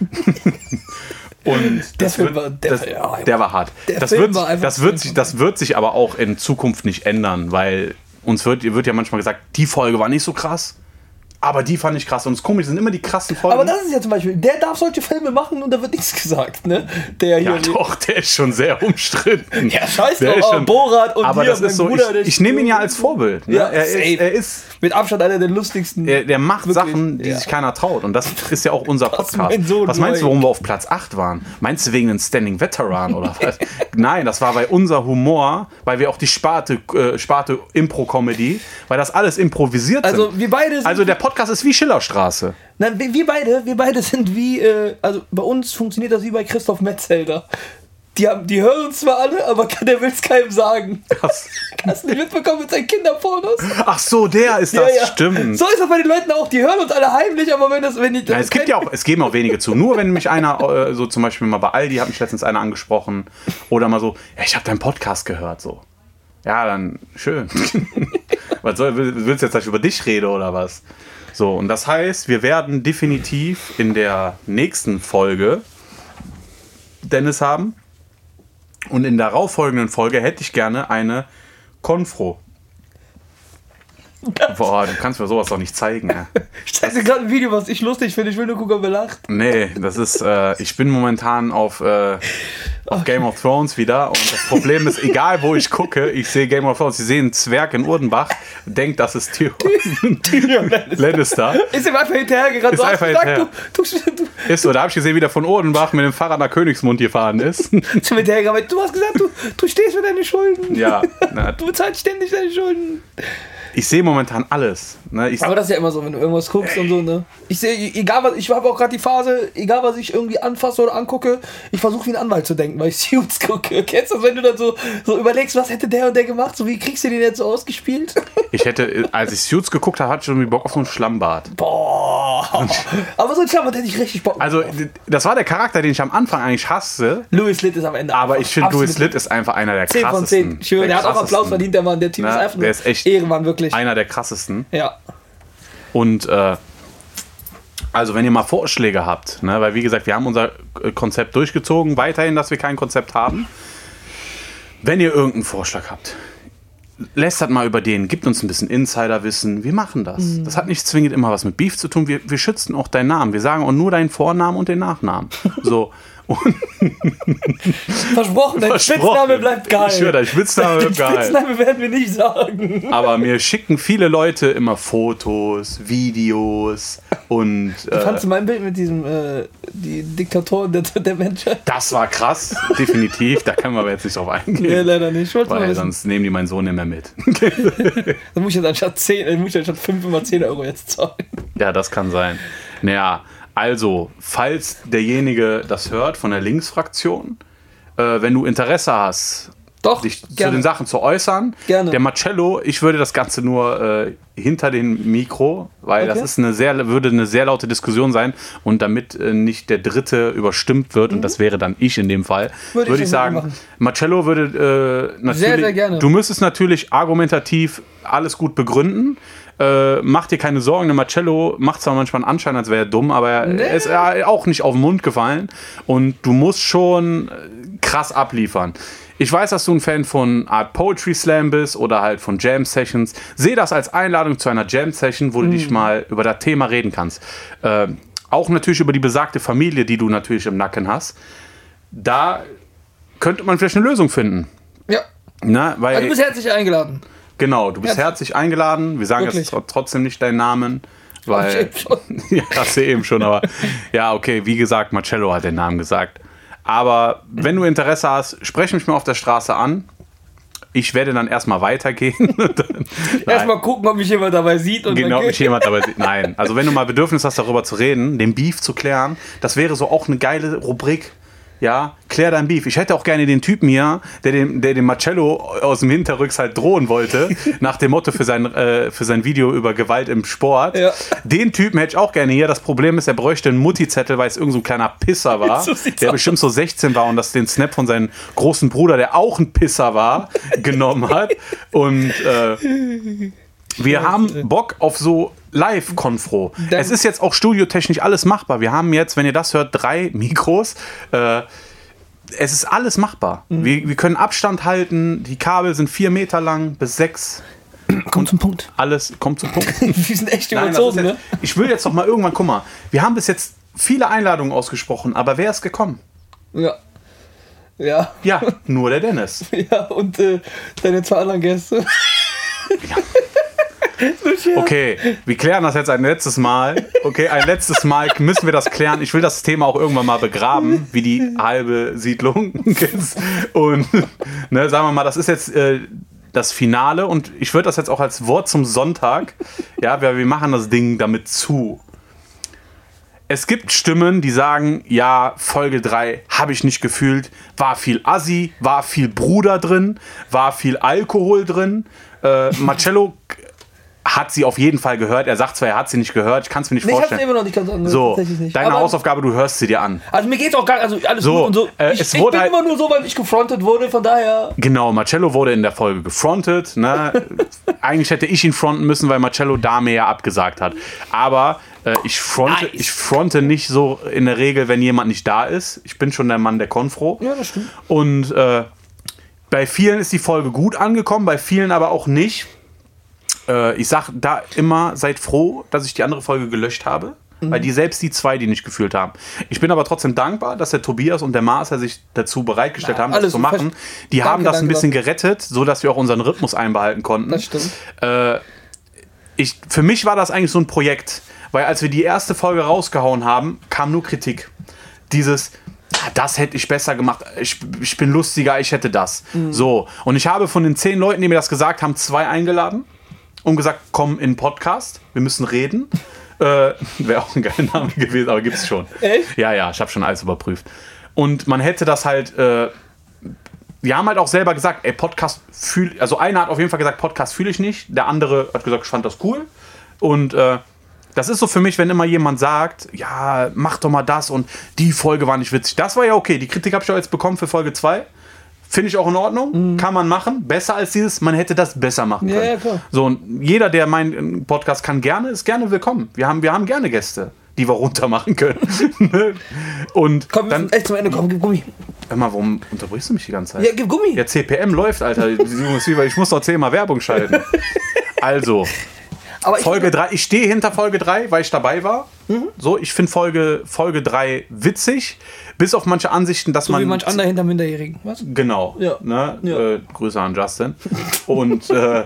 Und das Film wird, war- der- das, ja, der war hart. der Das Film wird, war einfach das, wird sich, das wird sich aber auch in Zukunft nicht ändern, weil uns wird, wird ja manchmal gesagt, die Folge war nicht so krass, aber die fand ich krass. Und es ist komisch, sind immer die krassen Folgen. Aber das ist ja zum Beispiel, der darf solche Filme machen und da wird nichts gesagt, ne? Der hier. ja doch, der ist schon sehr umstritten. Ja, scheiß Der drauf, ist aber schon- Borat und aber hier, das mein ist so, Bruder, der ich, ich nehme ihn ja als Vorbild. Ne? Ja, er, safe. ist, er ist Mit Abstand einer der lustigsten. Der, der macht Wirklich, Sachen, die ja. sich keiner traut. Und das ist ja auch unser Das ist Podcast. mein Sohn Was meinst du, Mike. warum wir auf Platz acht waren? Meinst du wegen einem Standing Veteran oder was? Nein, das war bei unser Humor, weil wir auch die Sparte, äh, Sparte Impro-Comedy, weil das alles improvisiert Also sind. wir beide sind Also der Podcast ist wie Schillerstraße. Nein, wir, wir beide, wir beide sind wie, äh, also bei uns funktioniert das wie bei Christoph Metzelder. Die, haben, die hören uns zwar alle, aber der will es keinem sagen. Das. Hast du nicht mitbekommen mit seinen Kinderpornos? Ach so, der ist das, Ja, ja. stimmt. So ist das bei den Leuten auch, die hören uns alle heimlich, aber wenn das, wenn die... Ja, es gibt ja auch, es geben auch wenige zu. Nur wenn mich einer, äh, so zum Beispiel mal bei Aldi, hat mich letztens einer angesprochen, oder mal so, ja, ich habe deinen Podcast gehört, so. Ja, dann schön. Was soll, willst du jetzt, dass ich über dich rede oder was? So, und das heißt, wir werden definitiv in der nächsten Folge Dennis haben. Und in der darauffolgenden Folge hätte ich gerne eine Konfro. Boah, du kannst mir sowas doch nicht zeigen. Ja. Ich zeig dir gerade ein Video, was ich lustig finde. Ich will nur gucken, ob er lacht. Nee, das ist, äh, ich bin momentan auf, äh, auf Game of Thrones wieder. Und das Problem ist, egal wo ich gucke, ich sehe Game of Thrones, ich sehe einen Zwerg in Urdenbach, denkt, das ist Tyrion Lannister. Ist ihm einfach hinterhergerannt. Ist einfach gesagt, hinterher. Du, du, du, Ist so, da habe ich gesehen, wie der von Urdenbach mit dem Fahrrad nach Königsmund gefahren ist. du, hinterhergerannt. Du hast gesagt, du, du stehst für deine Schulden. Ja. Na, Du bezahlst ständig deine Schulden. ich sehe momentan alles. Ne? Ich, Aber das ist ja immer so, wenn du irgendwas guckst und so, ne? Ich sehe, egal was, ich habe auch gerade die Phase, egal was ich irgendwie anfasse oder angucke, ich versuche wie ein Anwalt zu denken, weil ich Suits gucke. Kennst du das, wenn du dann so, so überlegst, was hätte der und der gemacht? So, wie kriegst du den jetzt so ausgespielt? ich hätte, als ich Suits geguckt habe, hatte ich schon irgendwie Bock auf so ein Schlammbad. Boah. Aber so ein Schlammbad hätte ich richtig Bock. Also, das war der Charakter, den ich am Anfang eigentlich hasste. Louis Litt ist am Ende. Aber ich finde, absolut Louis Litt ist einfach einer der zehn von krassesten. zehn. Schön, der, der hat auch Applaus krassesten. verdient, der Mann. Der Typ Na, ist einfach nur der ist echt Ehrenmann, wirklich. einer der krassesten. Ja. Und äh, also wenn ihr mal Vorschläge habt, ne, weil wie gesagt, wir haben unser äh, Konzept durchgezogen, weiterhin, dass wir kein Konzept haben. Wenn ihr irgendeinen Vorschlag habt, lästert mal über den, gibt uns ein bisschen Insiderwissen, wir machen das. Mhm. Das hat nicht zwingend immer was mit Beef zu tun, wir, wir schützen auch deinen Namen, wir sagen auch nur deinen Vornamen und den Nachnamen. So. Und Versprochen, dein Versprochen. Spitzname bleibt geil. Ich schwöre, dein Spitzname Dein bleibt geil. Spitzname werden wir nicht sagen. Aber mir schicken viele Leute immer Fotos, Videos und Wie äh, fandst du mein Bild mit diesem, äh, die Diktatoren der, der Menschheit? das war krass, definitiv. Da können wir aber jetzt nicht drauf eingehen. Nee, leider nicht. Ich wollte mal Weil wissen. sonst nehmen die meinen Sohn nicht mehr mit. Dann muss ich jetzt anstatt zehn, dann muss ich anstatt fünf immer zehn Euro jetzt zahlen. Ja, das kann sein. Naja, also, falls derjenige das hört von der Linksfraktion, äh, wenn du Interesse hast, Doch, dich gerne. zu den Sachen zu äußern, Gerne. der Marcello, ich würde das Ganze nur äh, hinter dem Mikro, weil Okay. das ist eine sehr, würde eine sehr laute Diskussion sein und damit äh, nicht der Dritte überstimmt wird, und das wäre dann ich in dem Fall, Würde würde ich ich so sagen, machen. Marcello würde äh, natürlich, Sehr, sehr gerne. du müsstest natürlich argumentativ alles gut begründen. Äh, mach dir keine Sorgen, der Marcello macht zwar manchmal einen Anschein, als wäre er dumm, aber er Nee. ist ja auch nicht auf den Mund gefallen und du musst schon äh, krass abliefern. Ich weiß, dass du ein Fan von Art Poetry Slam bist oder halt von Jam Sessions. Seh das als Einladung zu einer Jam Session, wo du Mhm. dich mal über das Thema reden kannst. Äh, auch natürlich über die besagte Familie, die du natürlich im Nacken hast. Da könnte man vielleicht eine Lösung finden. Ja. Na, weil, Also du bist herzlich eingeladen. genau, du bist Herz- herzlich eingeladen. Wir sagen Wirklich? jetzt tr- trotzdem nicht deinen Namen. Weil, ich eben schon. ja, hast du eben schon, aber ja, okay, wie gesagt, Marcello hat den Namen gesagt. Aber wenn du Interesse hast, sprech mich mal auf der Straße an. Ich werde dann erstmal weitergehen. Dann- Erstmal gucken, ob mich jemand dabei sieht. Und Genau, dann mich jemand dabei sieht. Nein, also wenn du mal Bedürfnis hast, darüber zu reden, den Beef zu klären, das wäre so auch eine geile Rubrik. Ja, klär dein Beef. Ich hätte auch gerne den Typen hier, der dem, der dem Marcello aus dem Hinterrücks halt drohen wollte, nach dem Motto für sein, äh, für sein Video über Gewalt im Sport. Ja. Den Typen hätte ich auch gerne hier. Das Problem ist, er bräuchte einen Mutti-Zettel, weil es irgend so ein kleiner Pisser war, So sieht's der aus. bestimmt so sechzehn war und das den Snap von seinem großen Bruder, der auch ein Pisser war, genommen hat. Und äh, wir haben Bock auf so Live-Konfro. Dann- Es ist jetzt auch studiotechnisch alles machbar. Wir haben jetzt, wenn ihr das hört, drei Mikros. Äh, es ist alles machbar. Mhm. Wir, wir können Abstand halten. Die Kabel sind vier Meter lang bis sechs. Komm zum Punkt. Alles kommt zum Punkt. Wir sind echt Nein, das ist überzogen, jetzt, ne? ich will jetzt doch mal irgendwann, guck mal, wir haben bis jetzt viele Einladungen ausgesprochen, aber wer ist gekommen? Ja. Ja. Ja, nur der Dennis. Ja, und äh, deine zwei anderen Gäste. Ja. So Okay, wir klären das jetzt ein letztes Mal. Okay, ein letztes Mal müssen wir das klären. Ich will das Thema auch irgendwann mal begraben, wie die halbe Siedlung. Und ne, sagen wir mal, das ist jetzt äh, das Finale und ich würde das jetzt auch als Wort zum Sonntag, ja, wir, wir machen das Ding damit zu. Es gibt Stimmen, die sagen, ja, Folge drei habe ich nicht gefühlt, war viel Assi, war viel Bruder drin, war viel Alkohol drin. Äh, Marcello hat sie auf jeden Fall gehört. Er sagt zwar, er hat sie nicht gehört, ich kann es mir nicht nee, vorstellen. Ich habe immer noch nicht ganz angehört, so, tatsächlich nicht. Deine Aber Hausaufgabe, du hörst sie dir an. Also mir geht's auch gar also alles so, gut und so. Äh, ich es ich wurde bin halt, immer nur so, weil ich gefrontet wurde, von daher... Genau, Marcello wurde in der Folge gefrontet. Ne? Eigentlich hätte ich ihn fronten müssen, weil Marcello Dame ja abgesagt hat. Aber äh, ich, fronte, nice. ich fronte nicht so in der Regel, wenn jemand nicht da ist. Ich bin schon der Mann der Konfro. Ja, das stimmt. Und äh, bei vielen ist die Folge gut angekommen, bei vielen aber auch nicht. Äh, ich sag da immer, seid froh, dass ich die andere Folge gelöscht habe. Mhm. Weil die selbst die zwei, die nicht gefühlt haben. Ich bin aber trotzdem dankbar, dass der Tobias und der Marcel sich dazu bereitgestellt Na, haben, das zu machen. Die danke, haben das danke, ein bisschen danke. gerettet, sodass wir auch unseren Rhythmus einbehalten konnten. Das stimmt. Äh, ich, für mich war das eigentlich so ein Projekt, weil als wir die erste Folge rausgehauen haben, kam nur Kritik. Dieses, das hätte ich besser gemacht, ich, ich bin lustiger, ich hätte das. Mhm. So. Und ich habe von den zehn Leuten, die mir das gesagt haben, zwei eingeladen und gesagt, komm in den Podcast, wir müssen reden. Äh, wäre auch ein geiler Name gewesen, aber gibt's schon. Echt? Ja, ja, ich habe schon alles überprüft. Und man hätte das halt, äh, wir haben halt auch selber gesagt, ey, Podcast fühl, also einer hat auf jeden Fall gesagt, Podcast fühle ich nicht, der andere hat gesagt, ich fand das cool. Und äh, das ist so für mich, wenn immer jemand sagt, ja, mach doch mal das und die Folge war nicht witzig. Das war ja okay, die Kritik habe ich auch jetzt bekommen für Folge zwei. Finde ich auch in Ordnung, mhm. kann man machen. Besser als dieses, man hätte das besser machen können. Ja, ja, klar. So, und jeder, der meinen Podcast kann, gerne, ist gerne willkommen. Wir haben, wir haben gerne Gäste, die wir runter machen können. Und komm, dann echt zum Ende, komm, gib Gummi. Hör mal, warum unterbrichst du mich die ganze Zeit? Ja, gib Gummi. Ja, C P M läuft, Alter. Ich muss doch zehnmal Werbung schalten. Also, aber Folge drei, ich stehe hinter Folge drei, weil ich dabei war. Mhm. So, ich finde Folge, Folge drei witzig. Bis auf manche Ansichten, dass so man... wie manch anderer hinter Minderjährigen. Was? Genau. Ja. Ne? Ja. Äh, Grüße an Justin. Und äh,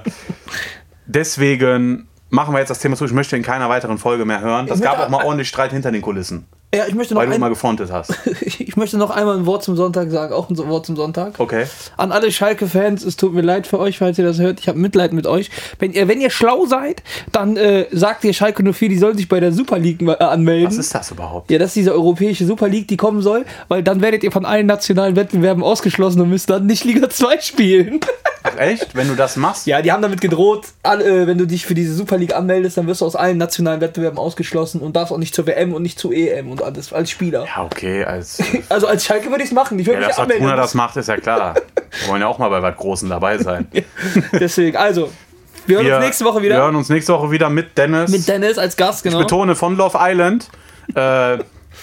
deswegen machen wir jetzt das Thema zu. Ich möchte in keiner weiteren Folge mehr hören. Es gab auch mal ordentlich Streit hinter den Kulissen. Ja, ich möchte noch weil du ein, immer gefrontet hast. Ich möchte noch einmal ein Wort zum Sonntag sagen, auch ein Wort zum Sonntag. Okay. An alle Schalke-Fans, es tut mir leid für euch, falls ihr das hört. Ich habe Mitleid mit euch. Wenn ihr, wenn ihr schlau seid, dann äh, sagt ihr Schalke null vier, die sollen sich bei der Super League äh, anmelden. Was ist das überhaupt? Ja, das ist diese europäische Super League, die kommen soll, weil dann werdet ihr von allen nationalen Wettbewerben ausgeschlossen und müsst dann nicht Liga zwei spielen. Ach echt? Wenn du das machst? Ja, die haben damit gedroht, alle, äh, wenn du dich für diese Super League anmeldest, dann wirst du aus allen nationalen Wettbewerben ausgeschlossen und darfst auch nicht zur W M und nicht zur E M und alles als Spieler. Ja, okay. Als, also als Schalke würde ich es machen. Ich würde ja, mich dass anmelden. Fortuna das macht, ist ja klar. Wir wollen ja auch mal bei was Großen dabei sein. Deswegen, also, wir hören wir, uns nächste Woche wieder. Wir hören uns nächste Woche wieder mit Dennis. Mit Dennis als Gast, genau. Ich betone, von Love Island. Äh,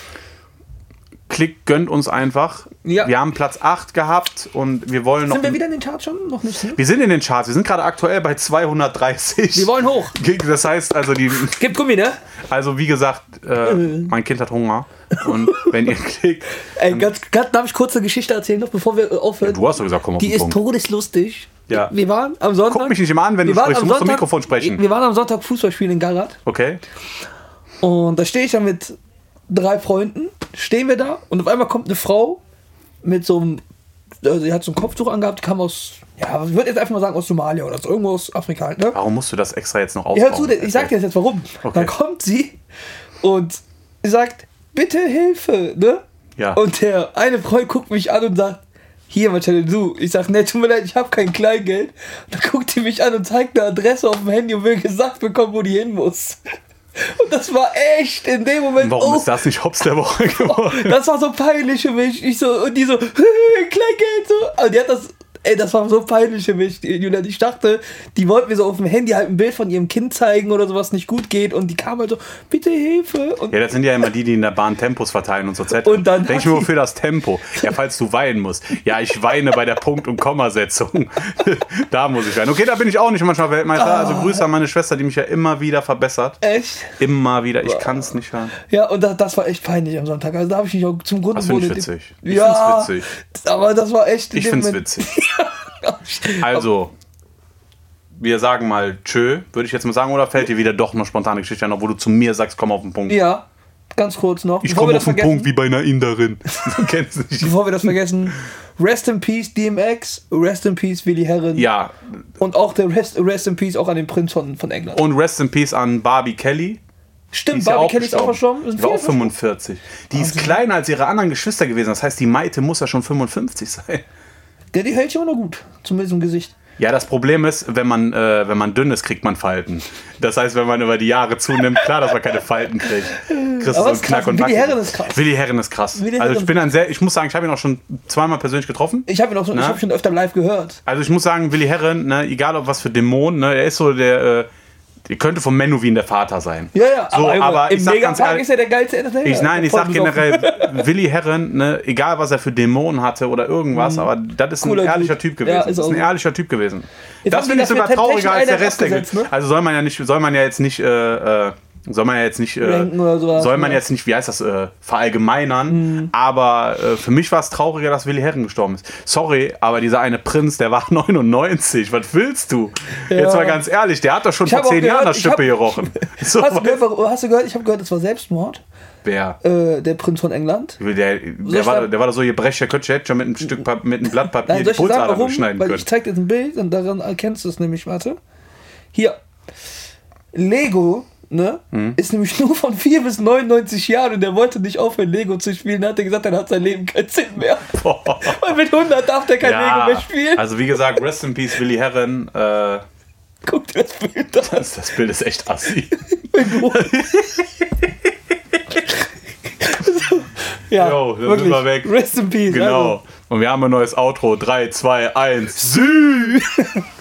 Klick, gönnt uns einfach. Ja. Wir haben Platz acht gehabt und wir wollen noch... Sind wir wieder in den Charts schon? Noch nicht, ne? Wir sind in den Charts. Wir sind gerade aktuell bei zweihundertdreißig. Wir wollen hoch. Das heißt also die... Gib Gummi, ne? Also wie gesagt, äh, mein Kind hat Hunger. Und wenn ihr klickt... Ey, ganz, ganz, darf ich kurz eine Geschichte erzählen, noch bevor wir aufhören? Ja, du hast doch gesagt, komm auf die den ist Punkt. todeslustig. Ja. Wir waren am Sonntag... Guck mich nicht immer an, wenn du sprichst. Du musst am Mikrofon sprechen. Wir waren am Sonntag Fußball spielen in Garat. Okay. Und da stehe ich dann mit drei Freunden, stehen wir da und auf einmal kommt eine Frau mit so einem, also sie hat so ein Kopftuch angehabt, kam aus, ja, ich würde jetzt einfach mal sagen aus Somalia oder so, irgendwo aus Afrika halt, ne? Warum musst du das extra jetzt noch aufbauen? Ja, hör zu, ich sag dir jetzt warum. Okay. Dann kommt sie und sagt, bitte Hilfe, ne? Ja. Und der eine Freund guckt mich an und sagt, hier, Marcello, du. Ich sag, ne, tut mir leid, ich habe kein Kleingeld. Dann guckt die mich an und zeigt eine Adresse auf dem Handy und will gesagt bekommen, wo die hin muss. Und das war echt in dem Moment. Warum oh, ist das nicht Hops der Woche geworden? Das war so peinlich für mich. Ich so, und die so, Kleingeld, so. Aber die hat das, ey, das war so peinlich für mich, Julian. Ich dachte, die wollten mir so auf dem Handy halt ein Bild von ihrem Kind zeigen oder sowas nicht gut geht. Und die kam halt so, bitte Hilfe. Und ja, das sind ja immer die, die in der Bahn Tempos verteilen und so Zettel. Und dann denk ich mir, wofür das Tempo? Ja, falls du weinen musst. Ja, ich weine bei der Punkt- und Kommasetzung. Da muss ich weinen. Okay, da bin ich auch nicht manchmal Weltmeister. Ah. Also Grüße an meine Schwester, die mich ja immer wieder verbessert. Echt? Immer wieder. Ich kann es nicht hören. Ja, und das, das war echt peinlich am Sonntag. Also da habe ich mich auch zum Grunde... Das finde ich witzig. Ich ja, find's witzig. Aber das war echt... Ich finde es witzig. Also, wir sagen mal tschö, würde ich jetzt mal sagen, oder fällt dir wieder doch eine spontane Geschichte ein, obwohl du zu mir sagst, komm auf den Punkt? Ja, ganz kurz noch. Ich komme auf den Punkt wie bei einer Inderin. Du kennst nicht. Bevor wir das vergessen, Rest in Peace D M X, Rest in Peace Willi Herren. Ja. Und auch der Rest, Rest in Peace auch an den Prinz von, von England. Und Rest in Peace an Barbie Kelly. Stimmt, Barbie ja Kelly ist auch verstorben. Die war auch fünfundvierzig. Die ist kleiner als ihre anderen Geschwister gewesen. Das heißt, die Maite muss ja schon fünfundfünfzig sein. Der, die hält sich immer noch gut. Zumindest im Gesicht. Ja, das Problem ist, wenn man, äh, wenn man dünn ist, kriegt man Falten. Das heißt, wenn man über die Jahre zunimmt, klar, dass man keine Falten kriegt. Kriegst du so einen Knack und Willi Herren ist krass. Willi Herren ist krass. Willi also ich bin ein sehr, ich muss sagen, ich habe ihn auch schon zweimal persönlich getroffen. Ich habe ihn auch schon, ich hab schon öfter live gehört. Also ich muss sagen, Willi Herren, ne, egal ob was für Dämonen, ne, er ist so der, äh, der könnte vom Menowin der Vater sein. Ja, ja, so, aber, aber im ich sag ganz ehrlich, ist er der geilste Entertainer. Ich, nein, ich sag generell, Willi Herren, ne, egal was er für Dämonen hatte oder irgendwas, mhm. aber das ist Cooler ein ehrlicher Typ, typ gewesen. Ja, ist das ist ein ehrlicher Typ gewesen. Jetzt das finde ich sogar trauriger als der Rest der ne? Also soll man ja nicht, soll man ja jetzt nicht, äh, äh, soll man ja jetzt nicht, äh, sowas, soll man ja. jetzt nicht, wie heißt das, äh, verallgemeinern, mhm. aber äh, für mich war es trauriger, dass Willi Herren gestorben ist. Sorry, aber dieser eine Prinz, der war neunundneunzig, was willst du? Ja. Jetzt mal ganz ehrlich, der hat doch schon ich vor zehn Jahren das Schippe gerochen. So, hast, du gehört, hast du gehört, ich habe gehört, das war Selbstmord. Wer? Äh, der Prinz von England. Der, der, war, der war da so gebrecht, der könnte jetzt schon mit einem Stück Pap- mit einem Blatt Papier Nein, die Pulsader schneiden Weil können. ich zeig dir ein Bild und daran erkennst du es nämlich, warte. Hier. Lego, ne, hm? ist nämlich nur von vier bis neunundneunzig Jahren und der wollte nicht aufhören, Lego zu spielen. Dann hat er gesagt, dann hat sein Leben keinen Sinn mehr. Boah. Weil mit hundert darf der kein ja, Lego mehr spielen. Also wie gesagt, Rest in Peace, Willi Herren. Äh, Guck dir das Bild an. Das, das Bild ist echt assi. Ja, jo, dann wirklich. Sind wir weg. Rest in Peace. Genau. Also. Und wir haben ein neues Outro. drei, zwei, eins. Sü!